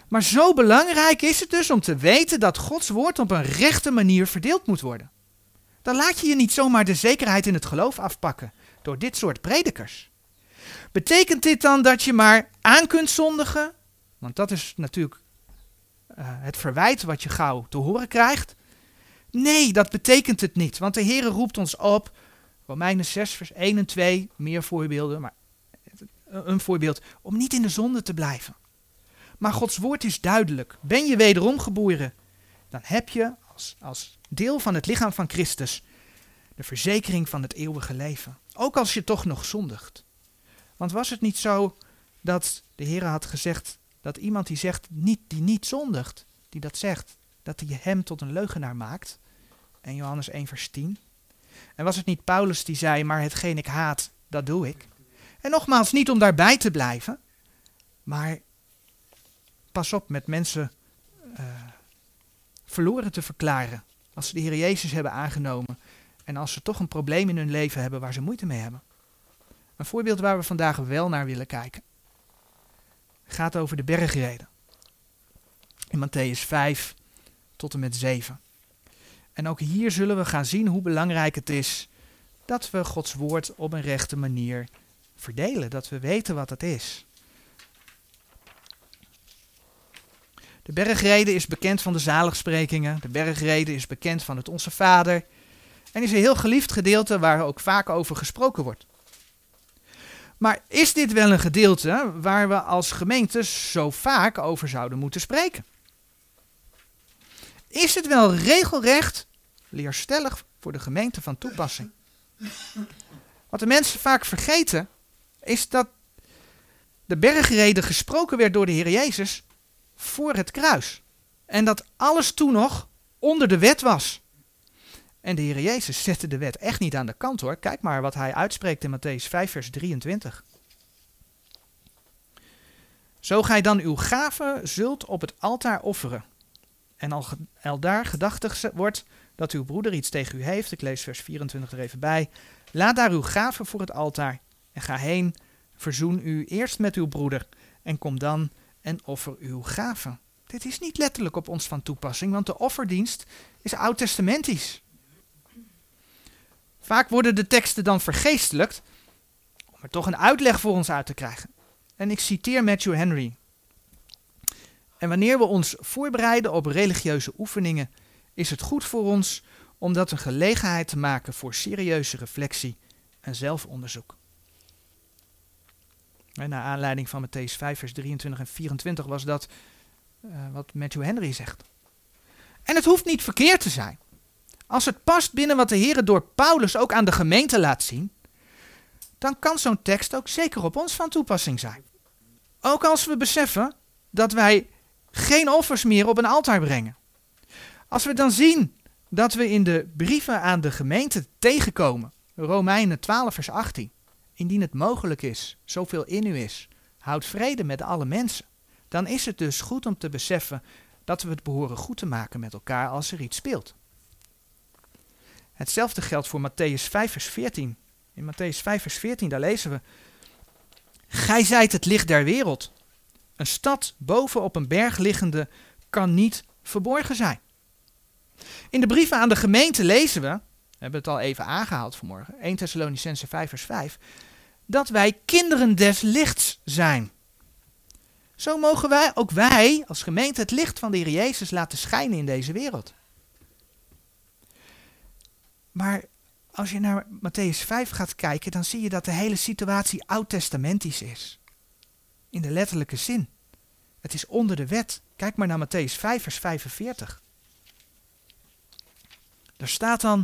Maar zo belangrijk is het dus om te weten dat Gods woord op een rechte manier verdeeld moet worden. Dan laat je je niet zomaar de zekerheid in het geloof afpakken door dit soort predikers. Betekent dit dan dat je maar aan kunt zondigen? Want dat is natuurlijk het verwijt wat je gauw te horen krijgt. Nee, dat betekent het niet. Want de Heere roept ons op, Romeinen 6 vers 1 en 2, meer voorbeelden, maar een voorbeeld, om niet in de zonde te blijven. Maar Gods woord is duidelijk. Ben je wederom geboren, dan heb je als deel van het lichaam van Christus de verzekering van het eeuwige leven. Ook als je toch nog zondigt. Want was het niet zo dat de Heere had gezegd dat iemand die zegt die niet zondigt, die dat zegt, dat hij hem tot een leugenaar maakt? En Johannes 1 vers 10. En was het niet Paulus die zei, maar hetgeen ik haat, dat doe ik. En nogmaals, niet om daarbij te blijven, maar pas op met mensen verloren te verklaren als ze de Heer Jezus hebben aangenomen en als ze toch een probleem in hun leven hebben waar ze moeite mee hebben. Een voorbeeld waar we vandaag wel naar willen kijken gaat over de bergreden. In Mattheüs 5 tot en met 7. En ook hier zullen we gaan zien hoe belangrijk het is dat we Gods woord op een rechte manier verdelen. Dat we weten wat het is. De bergreden is bekend van de zaligsprekingen. De bergreden is bekend van het Onze Vader. En is een heel geliefd gedeelte waar ook vaak over gesproken wordt. Maar is dit wel een gedeelte waar we als gemeente zo vaak over zouden moeten spreken? Is het wel regelrecht leerstellig voor de gemeente van toepassing? Wat de mensen vaak vergeten is dat de bergreden gesproken werd door de Heer Jezus voor het kruis. En dat alles toen nog onder de wet was. En de Heer Jezus zette de wet echt niet aan de kant hoor. Kijk maar wat hij uitspreekt in Mattheüs 5 vers 23. Zo gij dan uw gave zult op het altaar offeren. En al daar gedachtig wordt dat uw broeder iets tegen u heeft. Ik lees vers 24 er even bij. Laat daar uw gave voor het altaar. En ga heen, verzoen u eerst met uw broeder. En kom dan en offer uw gave. Dit is niet letterlijk op ons van toepassing, want de offerdienst is oud-testamentisch. Vaak worden de teksten dan vergeestelijkt om er toch een uitleg voor ons uit te krijgen. En ik citeer Matthew Henry. En wanneer we ons voorbereiden op religieuze oefeningen, is het goed voor ons om dat een gelegenheid te maken voor serieuze reflectie en zelfonderzoek. En naar aanleiding van Mattheüs 5 vers 23 en 24 was dat wat Matthew Henry zegt. En het hoeft niet verkeerd te zijn. Als het past binnen wat de Heer door Paulus ook aan de gemeente laat zien, dan kan zo'n tekst ook zeker op ons van toepassing zijn. Ook als we beseffen dat wij geen offers meer op een altaar brengen. Als we dan zien dat we in de brieven aan de gemeente tegenkomen, Romeinen 12 vers 18, indien het mogelijk is, zoveel in u is, houd vrede met alle mensen. Dan is het dus goed om te beseffen dat we het behoren goed te maken met elkaar als er iets speelt. Hetzelfde geldt voor Mattheüs 5 vers 14. In Mattheüs 5 vers 14, daar lezen we: Gij zijt het licht der wereld. Een stad boven op een berg liggende kan niet verborgen zijn. In de brieven aan de gemeente lezen we hebben het al even aangehaald vanmorgen, 1 Thessalonicenzen 5 vers 5, dat wij kinderen des lichts zijn. Zo mogen wij als gemeente het licht van de Heer Jezus laten schijnen in deze wereld. Maar als je naar Mattheüs 5 gaat kijken, dan zie je dat de hele situatie oud-testamentisch is. In de letterlijke zin. Het is onder de wet. Kijk maar naar Mattheüs 5 vers 45. Daar staat dan: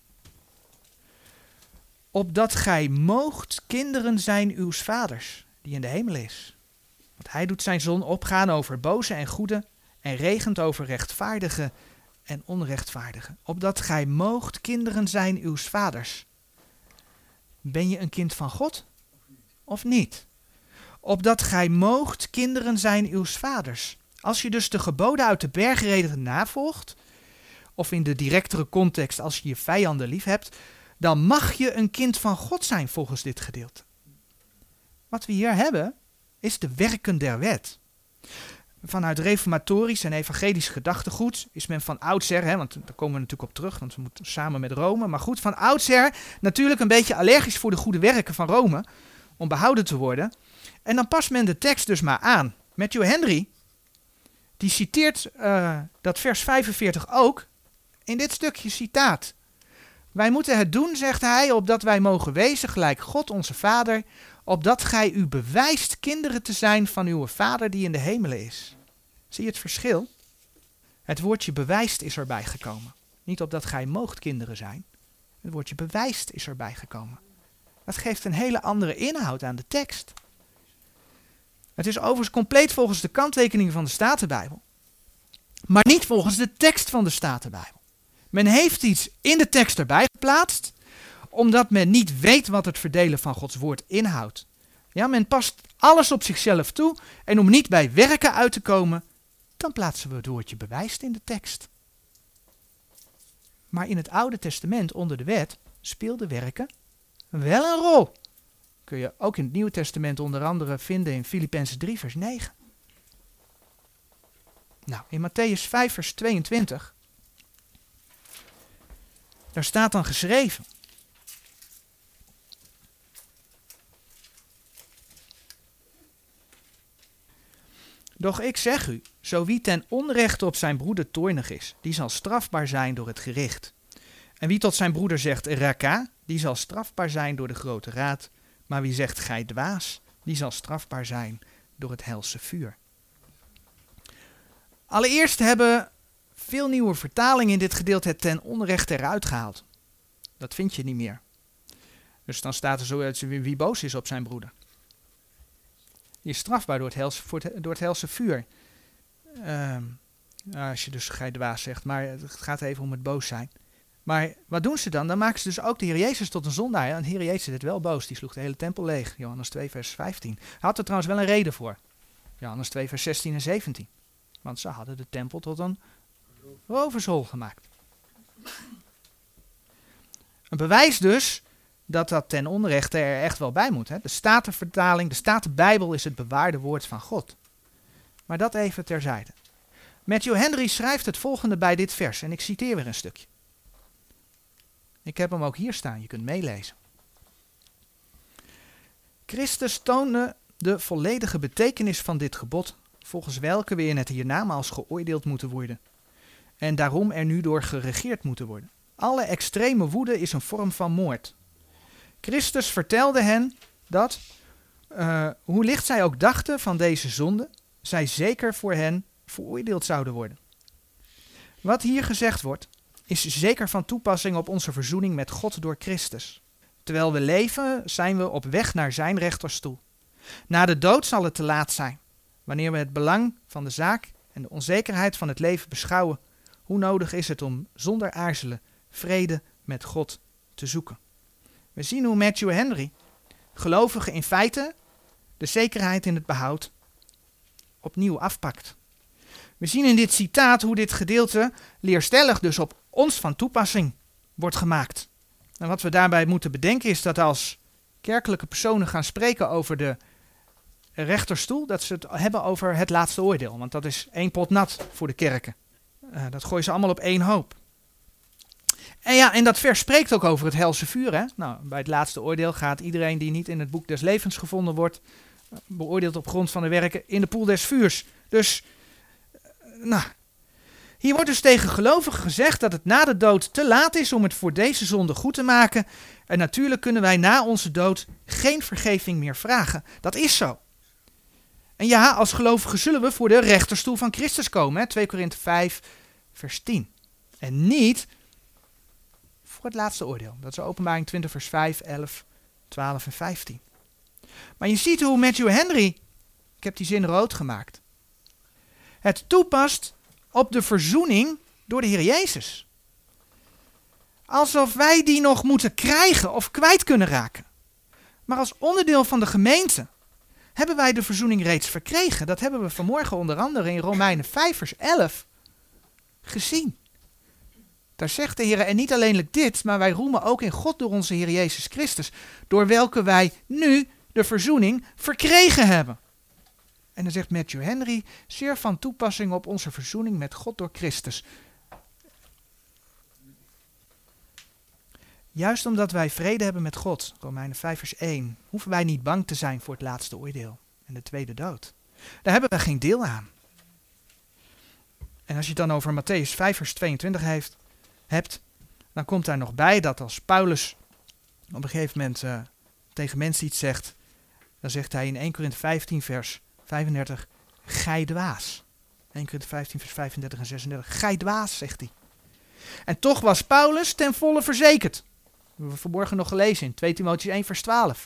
opdat gij moogt kinderen zijn uws vaders, die in de hemel is. Want hij doet zijn zon opgaan over boze en goede en regent over rechtvaardigen en onrechtvaardigen. Opdat gij moogt kinderen zijn uws vaders. Ben je een kind van God of niet? Opdat gij moogt kinderen zijn uws vaders. Als je dus de geboden uit de bergreden navolgt, of in de directere context als je je vijanden lief hebt, dan mag je een kind van God zijn volgens dit gedeelte. Wat we hier hebben is de werken der wet. Vanuit reformatorisch en evangelisch gedachtegoed is men van oudsher, want daar komen we natuurlijk op terug, want we moeten samen met Rome, maar goed, van oudsher natuurlijk een beetje allergisch voor de goede werken van Rome, om behouden te worden. En dan past men de tekst dus maar aan. Matthew Henry, die citeert dat vers 45 ook in dit stukje citaat. Wij moeten het doen, zegt hij, opdat wij mogen wezen gelijk God onze Vader, opdat gij u bewijst kinderen te zijn van uw Vader die in de hemelen is. Zie je het verschil? Het woordje bewijst is erbij gekomen. Niet opdat gij moogt kinderen zijn. Het woordje bewijst is erbij gekomen. Dat geeft een hele andere inhoud aan de tekst. Het is overigens compleet volgens de kanttekeningen van de Statenbijbel. Maar niet volgens de tekst van de Statenbijbel. Men heeft iets in de tekst erbij geplaatst, omdat men niet weet wat het verdelen van Gods woord inhoudt. Ja, men past alles op zichzelf toe en om niet bij werken uit te komen, dan plaatsen we het woordje bewijst in de tekst. Maar in het Oude Testament onder de wet speelden werken wel een rol. Kun je ook in het Nieuwe Testament onder andere vinden in Filippenzen 3 vers 9. Nou, in Mattheüs 5 vers 22, daar staat dan geschreven: Doch ik zeg u, zo wie ten onrechte op zijn broeder toornig is, die zal strafbaar zijn door het gericht. En wie tot zijn broeder zegt raka, die zal strafbaar zijn door de grote raad. Maar wie zegt gij dwaas, die zal strafbaar zijn door het helse vuur. Allereerst hebben veel nieuwe vertalingen in dit gedeelte het ten onrechte eruit gehaald. Dat vind je niet meer. Dus dan staat er zoiets wie boos is op zijn broeder. Die is strafbaar door het helse vuur. Als je dus gij dwaas zegt, maar het gaat even om het boos zijn. Maar wat doen ze dan? Dan maken ze dus ook de Heer Jezus tot een zondaar. En de Heer Jezus deed wel boos, die sloeg de hele tempel leeg. Johannes 2 vers 15. Hij had er trouwens wel een reden voor. Johannes 2 vers 16 en 17. Want ze hadden de tempel tot een rovershol gemaakt. Een bewijs dus dat ten onrechte er echt wel bij moet. Hè? De Statenvertaling, de Statenbijbel is het bewaarde woord van God. Maar dat even terzijde. Matthew Henry schrijft het volgende bij dit vers. En ik citeer weer een stukje. Ik heb hem ook hier staan, je kunt meelezen. Christus toonde de volledige betekenis van dit gebod, volgens welke we in het hiernamaals geoordeeld moeten worden. En daarom er nu door geregeerd moeten worden. Alle extreme woede is een vorm van moord. Christus vertelde hen dat, hoe licht zij ook dachten van deze zonde, zij zeker voor hen veroordeeld zouden worden. Wat hier gezegd wordt, is zeker van toepassing op onze verzoening met God door Christus. Terwijl we leven, zijn we op weg naar zijn rechterstoel. Na de dood zal het te laat zijn. Wanneer we het belang van de zaak en de onzekerheid van het leven beschouwen, hoe nodig is het om zonder aarzelen vrede met God te zoeken. We zien hoe Matthew Henry, gelovigen in feite, de zekerheid in het behoud opnieuw afpakt. We zien in dit citaat hoe dit gedeelte leerstellig dus op ons van toepassing wordt gemaakt. En wat we daarbij moeten bedenken is dat als kerkelijke personen gaan spreken over de rechterstoel, dat ze het hebben over het laatste oordeel. Want dat is één pot nat voor de kerken. Dat gooien ze allemaal op één hoop. En ja, en dat vers spreekt ook over het helse vuur. Hè? Nou, bij het laatste oordeel gaat iedereen die niet in het boek des levens gevonden wordt, beoordeeld op grond van de werken, in de poel des vuurs. Dus, hier wordt dus tegen gelovigen gezegd dat het na de dood te laat is om het voor deze zonde goed te maken. En natuurlijk kunnen wij na onze dood geen vergeving meer vragen. Dat is zo. En ja, als gelovigen zullen we voor de rechterstoel van Christus komen. Hè? 2 Korinthe 5 vers 10. En niet voor het laatste oordeel. Dat is Openbaring 20 vers 5, 11, 12 en 15. Maar je ziet hoe Matthew Henry, ik heb die zin rood gemaakt, het toepast op de verzoening door de Heer Jezus. Alsof wij die nog moeten krijgen of kwijt kunnen raken. Maar als onderdeel van de gemeente hebben wij de verzoening reeds verkregen. Dat hebben we vanmorgen onder andere in Romeinen 5 vers 11 gezien. Daar zegt de Heer, en niet alleenlijk dit, maar wij roemen ook in God door onze Heer Jezus Christus, door welke wij nu de verzoening verkregen hebben. En dan zegt Matthew Henry, zeer van toepassing op onze verzoening met God door Christus. Juist omdat wij vrede hebben met God, Romeinen 5 vers 1, hoeven wij niet bang te zijn voor het laatste oordeel en de tweede dood. Daar hebben we geen deel aan. En als je het dan over Mattheüs 5 vers 22 hebt, dan komt daar nog bij dat als Paulus op een gegeven moment tegen mensen iets zegt, dan zegt hij in 1 Korinthe 15 vers 35, gij dwaas. 1 Korinthe 15 vers 35 en 36, gij dwaas, zegt hij. En toch was Paulus ten volle verzekerd. Dat hebben we vanmorgen nog gelezen in 2 Timotheüs 1 vers 12.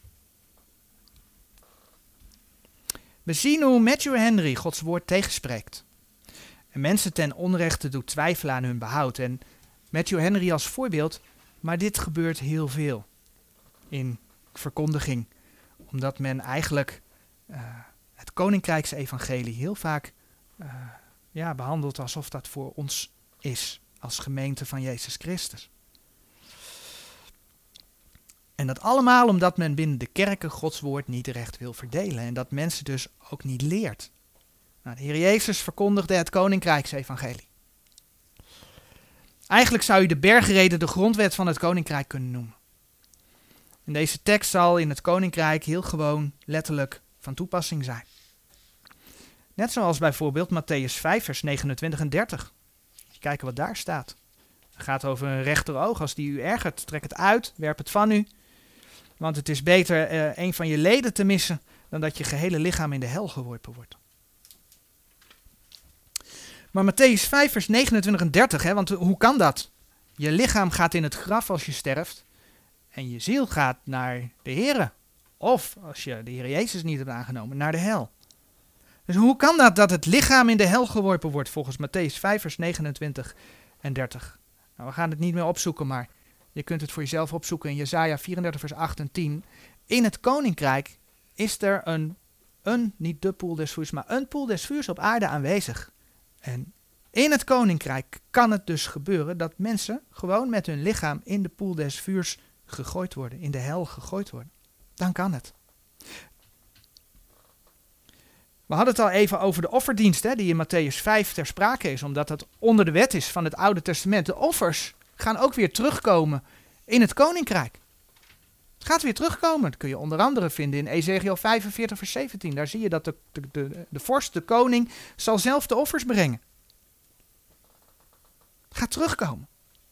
We zien hoe Matthew Henry Gods woord tegenspreekt. En mensen ten onrechte doet twijfelen aan hun behoud. En Matthew Henry als voorbeeld, maar dit gebeurt heel veel in verkondiging. Omdat men eigenlijk het koninkrijksevangelie heel vaak behandelt alsof dat voor ons is. Als gemeente van Jezus Christus. En dat allemaal omdat men binnen de kerken Gods woord niet recht wil verdelen. En dat mensen dus ook niet leert. Nou, de Heer Jezus verkondigde het koninkrijksevangelie. Eigenlijk zou je de bergreden de grondwet van het koninkrijk kunnen noemen. En deze tekst zal in het koninkrijk heel gewoon letterlijk van toepassing zijn. Net zoals bijvoorbeeld Mattheüs 5 vers 29 en 30. Kijken wat daar staat. Het gaat over een rechteroog. Als die u ergert, trek het uit, werp het van u. Want het is beter een van je leden te missen dan dat je gehele lichaam in de hel geworpen wordt. Maar Mattheüs 5 vers 29 en 30, want hoe kan dat? Je lichaam gaat in het graf als je sterft en je ziel gaat naar de Here. Of, als je de Heer Jezus niet hebt aangenomen, naar de hel. Dus hoe kan dat het lichaam in de hel geworpen wordt volgens Mattheüs 5 vers 29 en 30? Nou, we gaan het niet meer opzoeken, maar je kunt het voor jezelf opzoeken in Jesaja 34 vers 8 en 10. In het koninkrijk is er niet de poel des vuurs, maar een poel des vuurs op aarde aanwezig. En in het koninkrijk kan het dus gebeuren dat mensen gewoon met hun lichaam in de poel des vuurs gegooid worden, in de hel gegooid worden. Dan kan het. We hadden het al even over de offerdienst, die in Mattheüs 5 ter sprake is, omdat het onder de wet is van het Oude Testament. De offers gaan ook weer terugkomen in het koninkrijk. Het gaat weer terugkomen. Dat kun je onder andere vinden in Ezekiel 45 vers 17. Daar zie je dat de vorst, de koning, zal zelf de offers brengen. Het gaat terugkomen.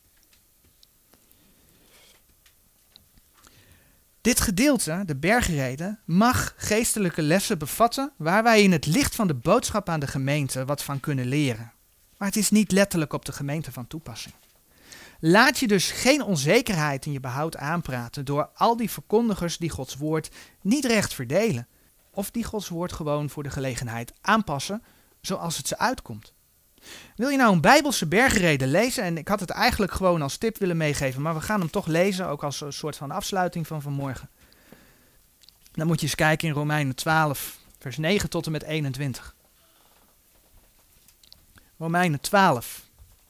Dit gedeelte, de bergreden, mag geestelijke lessen bevatten waar wij in het licht van de boodschap aan de gemeente wat van kunnen leren. Maar het is niet letterlijk op de gemeente van toepassing. Laat je dus geen onzekerheid in je behoud aanpraten door al die verkondigers die Gods woord niet recht verdelen. Of die Gods woord gewoon voor de gelegenheid aanpassen zoals het ze uitkomt. Wil je nou een Bijbelse bergreden lezen? En ik had het eigenlijk gewoon als tip willen meegeven, maar we gaan hem toch lezen, ook als een soort van afsluiting van vanmorgen. Dan moet je eens kijken in Romeinen 12, vers 9 tot en met 21. Romeinen 12.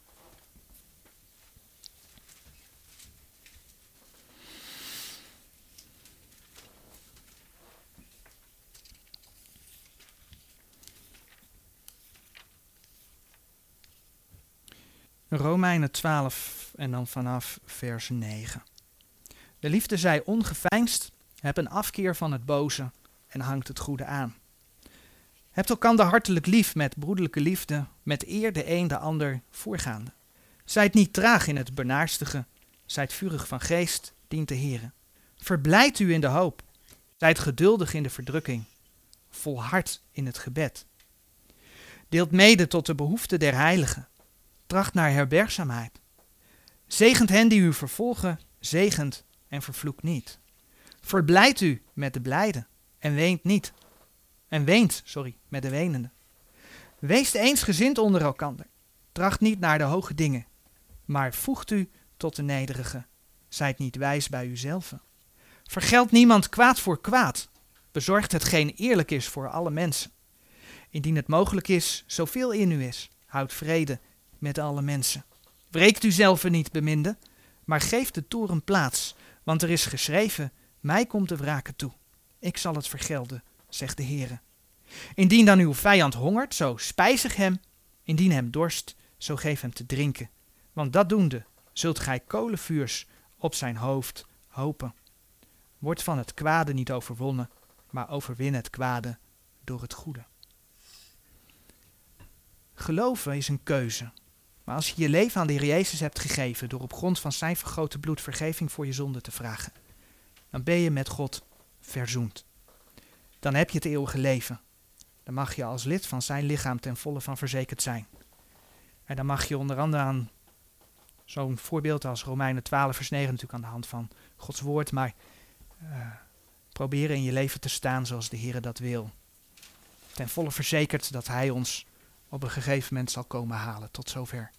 Romeinen 12 en dan vanaf vers 9. De liefde zij ongeveinsd, heb een afkeer van het boze en hangt het goede aan. Hebt elkander hartelijk lief met broederlijke liefde, met eer de een de ander voorgaande. Zijt niet traag in het benaarstige, zijt vurig van geest, dient de Heere. Verblijd u in de hoop, zijt geduldig in de verdrukking, volhard in het gebed. Deelt mede tot de behoeften der heiligen. Tracht naar herbergzaamheid. Zegent hen die u vervolgen, zegent en vervloekt niet. Verblijd u met de blijden en weent niet. En weent, met de wenenden. Wees eensgezind onder elkander. Tracht niet naar de hoge dingen, maar voegt u tot de nederige. Zijt niet wijs bij uzelf. Vergeld niemand kwaad voor kwaad. Bezorgt hetgeen eerlijk is voor alle mensen. Indien het mogelijk is, zoveel in u is, houd vrede met alle mensen. Wreekt u zelf niet, beminde, maar geef de toorn plaats, want er is geschreven, mij komt de wrake toe. Ik zal het vergelden, zegt de Heere. Indien dan uw vijand hongert, zo spijzig hem. Indien hem dorst, zo geef hem te drinken. Want dat doende, zult gij kolenvuurs op zijn hoofd hopen. Word van het kwade niet overwonnen, maar overwin het kwade door het goede. Geloven is een keuze. Maar als je je leven aan de Heer Jezus hebt gegeven door op grond van zijn vergoten bloed vergeving voor je zonde te vragen, dan ben je met God verzoend. Dan heb je het eeuwige leven. Dan mag je als lid van zijn lichaam ten volle van verzekerd zijn. En dan mag je onder andere aan zo'n voorbeeld als Romeinen 12 vers 9 natuurlijk aan de hand van Gods woord, maar proberen in je leven te staan zoals de Heer dat wil. Ten volle verzekerd dat hij ons op een gegeven moment zal komen halen. Tot zover